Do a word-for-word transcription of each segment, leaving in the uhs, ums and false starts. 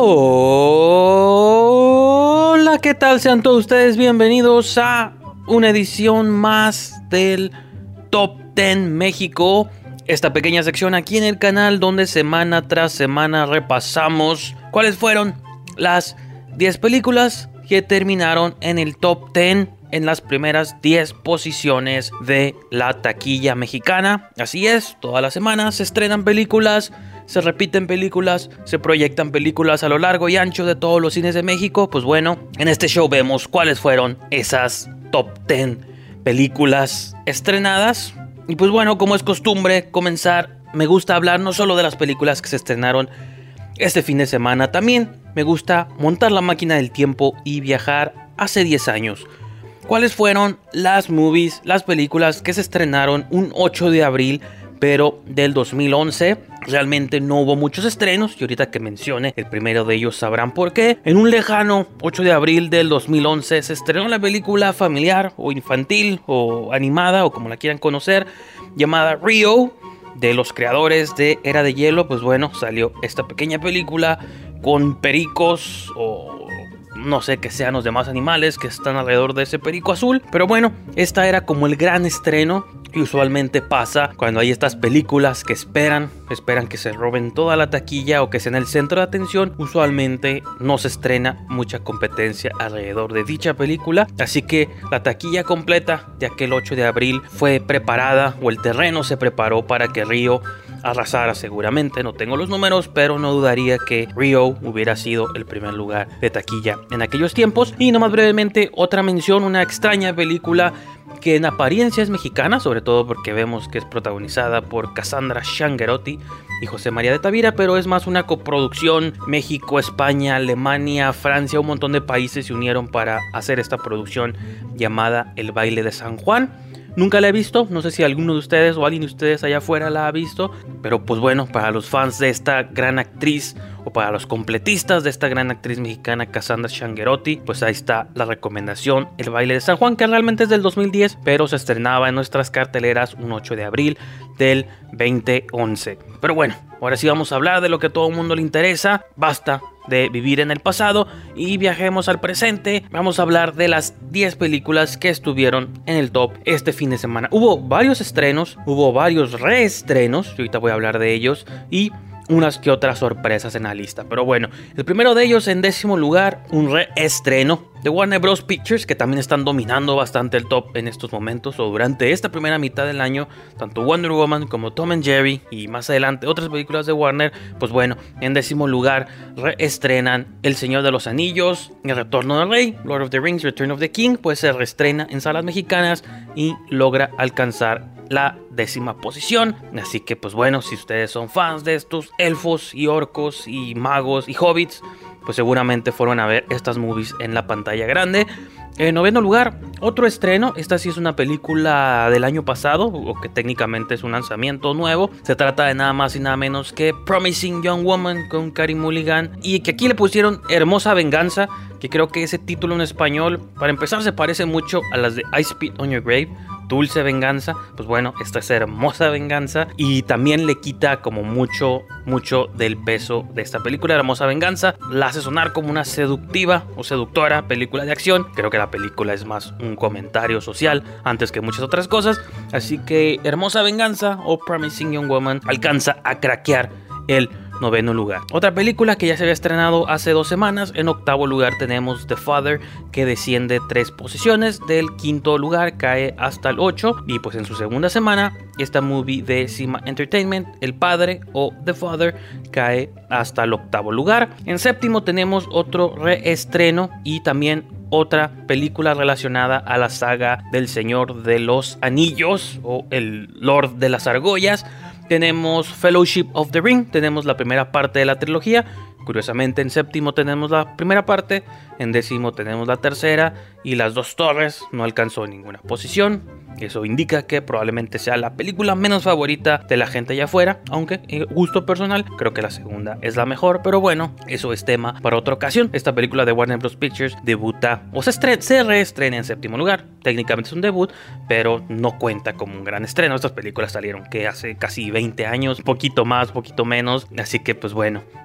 Hola, ¿qué tal? Sean todos ustedes bienvenidos a una edición más del Top diez México. Esta pequeña sección aquí en el canal donde semana tras semana repasamos cuáles fueron las diez películas que terminaron en el Top diez, en las primeras diez posiciones de la taquilla mexicana. Así es, todas las semanas se estrenan películas, se repiten películas, se proyectan películas a lo largo y ancho de todos los cines de México. Pues bueno, en este show vemos cuáles fueron esas Top diez películas estrenadas. Y pues bueno, como es costumbre comenzar, me gusta hablar no solo de las películas que se estrenaron este fin de semana, también me gusta montar la máquina del tiempo y viajar hace diez años. ¿Cuáles fueron las movies, las películas que se estrenaron un ocho de abril, pero del dos mil once? Realmente no hubo muchos estrenos y ahorita que mencione el primero de ellos sabrán por qué. En un lejano ocho de abril del dos mil once se estrenó la película familiar o infantil o animada o como la quieran conocer, llamada Rio, de los creadores de Era de Hielo. Pues bueno, salió esta pequeña película con pericos o no sé qué sean los demás animales que están alrededor de ese perico azul. Pero bueno, esta era como el gran estreno. Y usualmente pasa cuando hay estas películas que esperan, esperan que se roben toda la taquilla o que sean el centro de atención. Usualmente no se estrena mucha competencia alrededor de dicha película. Así que la taquilla completa de aquel ocho de abril fue preparada, o el terreno se preparó para que Rio arrasara seguramente. No tengo los números, pero no dudaría que Rio hubiera sido el primer lugar de taquilla en aquellos tiempos. Y nomás brevemente otra mención, una extraña película que en apariencia es mexicana, sobre todo porque vemos que es protagonizada por Cassandra Changuerotti y José María de Tavira, pero es más una coproducción. México, España, Alemania, Francia, un montón de países se unieron para hacer esta producción llamada El Baile de San Juan. Nunca la he visto, no sé si alguno de ustedes o alguien de ustedes allá afuera la ha visto, pero pues bueno, para los fans de esta gran actriz o para los completistas de esta gran actriz mexicana Cassandra Changuerotti, pues ahí está la recomendación, El Baile de San Juan, que realmente es del dos mil diez, pero se estrenaba en nuestras carteleras un ocho de abril del veinte once. Pero bueno, ahora sí vamos a hablar de lo que a todo el mundo le interesa. Basta de vivir en el pasado y viajemos al presente. Vamos a hablar de las diez películas que estuvieron en el top este fin de semana. Hubo varios estrenos, hubo varios reestrenos, y ahorita voy a hablar de ellos, y unas que otras sorpresas en la lista. Pero bueno, el primero de ellos, en décimo lugar, un reestreno de Warner Bros. Pictures, que también están dominando bastante el top en estos momentos o durante esta primera mitad del año. Tanto Wonder Woman como Tom and Jerry y más adelante otras películas de Warner. Pues bueno, en décimo lugar reestrenan El Señor de los Anillos, El Retorno del Rey, Lord of the Rings, Return of the King. Pues se reestrena en salas mexicanas y logra alcanzar la décima posición. Así que pues bueno, si ustedes son fans de estos elfos y orcos y magos y hobbits, pues seguramente fueron a ver estas movies en la pantalla grande. En noveno lugar, otro estreno. Esta sí es una película del año pasado, o que técnicamente es un lanzamiento nuevo. Se trata de nada más y nada menos que Promising Young Woman con Carey Mulligan, y que aquí le pusieron Hermosa Venganza, que creo que ese título en español, para empezar, se parece mucho a las de I Spit on Your Grave, Dulce Venganza. Pues bueno, esta es Hermosa Venganza, y también le quita como mucho, mucho del peso de esta película. Hermosa Venganza la hace sonar como una seductiva o seductora película de acción. Creo que la película es más un comentario social antes que muchas otras cosas. Así que Hermosa Venganza o Promising Young Woman alcanza a craquear el noveno lugar. Otra película que ya se había estrenado hace dos semanas. En octavo lugar tenemos The Father, que desciende tres posiciones. Del quinto lugar cae hasta el ocho. Y pues en su segunda semana, esta movie de Cima Entertainment, El Padre o The Father, cae hasta el octavo lugar. En séptimo tenemos otro reestreno y también otra película relacionada a la saga del Señor de los Anillos o el Lord de las Argollas. Tenemos Fellowship of the Ring, tenemos la primera parte de la trilogía. Curiosamente, en séptimo tenemos la primera parte, en décimo tenemos la tercera, y Las Dos Torres no alcanzó ninguna posición. Eso indica que probablemente sea la película menos favorita de la gente allá afuera, aunque en gusto personal creo que la segunda es la mejor. Pero bueno, eso es tema para otra ocasión. Esta película de Warner Bros. Pictures debuta o se, estre- se reestrena en séptimo lugar. Técnicamente es un debut, pero no cuenta como un gran estreno. Estas películas salieron que hace casi veinte años, poquito más, poquito menos. Así que pues bueno,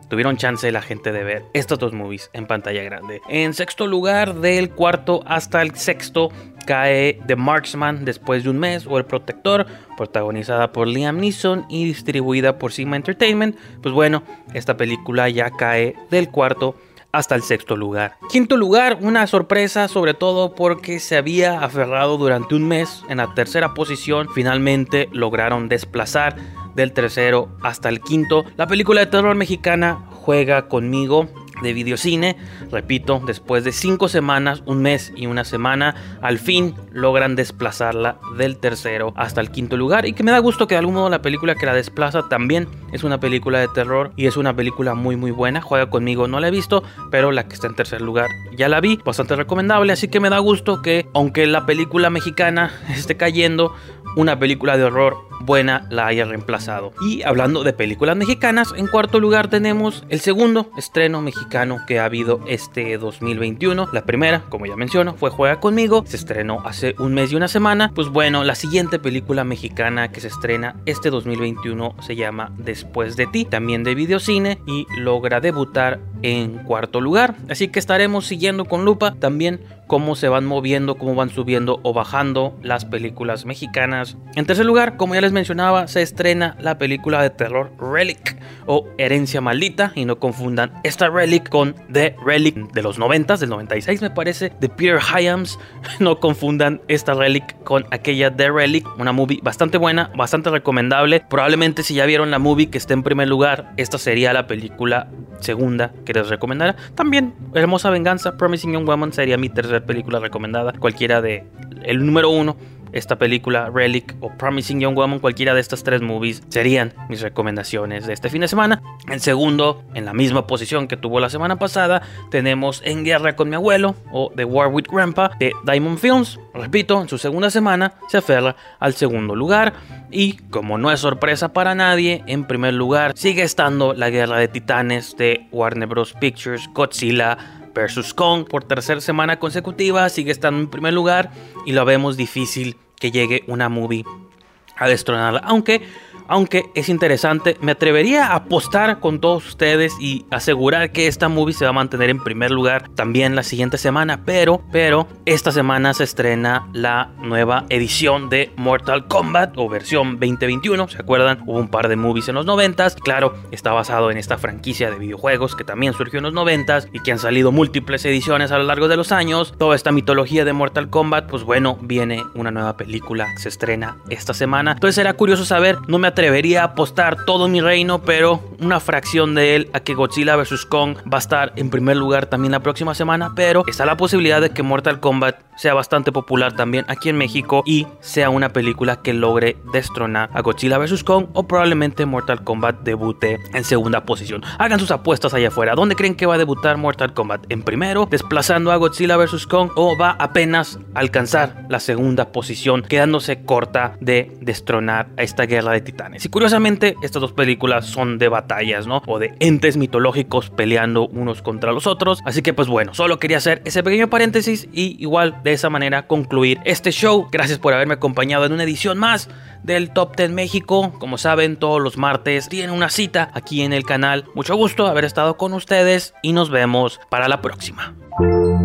tuvieron chance la gente de ver estos dos movies en pantalla grande. En sexto lugar, del cuarto hasta el sexto, cae The Marksman después de un mes, o El Protector, protagonizada por Liam Neeson y distribuida por Sigma Entertainment. Pues bueno, esta película ya cae del cuarto hasta el sexto lugar. Quinto lugar, una sorpresa, sobre todo porque se había aferrado durante un mes en la tercera posición. Finalmente lograron desplazar del tercero hasta el quinto la película de terror mexicana Juega Conmigo, de Videocine. Repito, después de cinco semanas, un mes y una semana, al fin logran desplazarla del tercero hasta el quinto lugar, y que me da gusto que de algún modo la película que la desplaza también es una película de terror, y es una película muy muy buena. Juega Conmigo no la he visto, pero la que está en tercer lugar ya la vi, bastante recomendable, así que me da gusto que, aunque la película mexicana esté cayendo, una película de horror buena la haya reemplazado. Y hablando de películas mexicanas, en cuarto lugar tenemos el segundo estreno mexicano que ha habido este dos mil veintiuno. La primera, como ya menciono, fue Juega Conmigo, se estrenó hace un mes y una semana. Pues bueno, la siguiente película mexicana que se estrena este dos mil veintiuno se llama Después de Ti, también de Videocine, y logra debutar en cuarto lugar. Así que estaremos siguiendo con lupa también cómo se van moviendo, cómo van subiendo o bajando las películas mexicanas. En tercer lugar, como ya les mencionaba, se estrena la película de terror Relic, o Herencia Maldita, y no confundan esta Relic con The Relic de los noventas, del noventa y seis me parece, de Peter Hyams. No confundan esta Relic con aquella The Relic, una movie bastante buena, bastante recomendable. Probablemente si ya vieron la movie que está en primer lugar, esta sería la película segunda que les recomendara. También Hermosa Venganza, Promising Young Woman, sería mi tercera película recomendada. Cualquiera de el número uno, esta película Relic o Promising Young Woman, cualquiera de estas tres movies serían mis recomendaciones de este fin de semana. En segundo, en la misma posición que tuvo la semana pasada, tenemos En Guerra con mi abuelo, o The War with Grandpa, de Diamond Films. Repito, en su segunda semana se aferra al segundo lugar, y como no es sorpresa para nadie, en primer lugar sigue estando La Guerra de Titanes de Warner Bros. Pictures, Godzilla versus. Kong. Por tercera semana consecutiva sigue estando en primer lugar, y lo vemos difícil que llegue una movie a destronarla. Aunque, aunque es interesante, me atrevería a apostar con todos ustedes y asegurar que esta movie se va a mantener en primer lugar también la siguiente semana. Pero, pero esta semana se estrena la nueva edición de Mortal Kombat, o versión veinte veintiuno. ¿Se acuerdan? Hubo un par de movies en los noventas. Claro, está basado en esta franquicia de videojuegos que también surgió en los noventas y que han salido múltiples ediciones a lo largo de los años. Toda esta mitología de Mortal Kombat, pues bueno, viene una nueva película que se estrena esta semana. Entonces será curioso saber. No me atrevería a apostar todo mi reino, pero una fracción de él a que Godzilla versus. Kong va a estar en primer lugar también la próxima semana. Pero está la posibilidad de que Mortal Kombat sea bastante popular también aquí en México y sea una película que logre destronar a Godzilla versus. Kong, o probablemente Mortal Kombat debute en segunda posición. Hagan sus apuestas allá afuera. ¿Dónde creen que va a debutar Mortal Kombat? ¿En primero, desplazando a Godzilla versus. Kong, o va apenas a alcanzar la segunda posición, quedándose corta de destronar a esta Guerra de Titanes? Y curiosamente, estas dos películas son de batallas, ¿no? O de entes mitológicos peleando unos contra los otros. Así que pues bueno, solo quería hacer ese pequeño paréntesis y igual de esa manera concluir este show. Gracias por haberme acompañado en una edición más del Top diez México. Como saben, todos los martes tienen una cita aquí en el canal. Mucho gusto haber estado con ustedes y nos vemos para la próxima.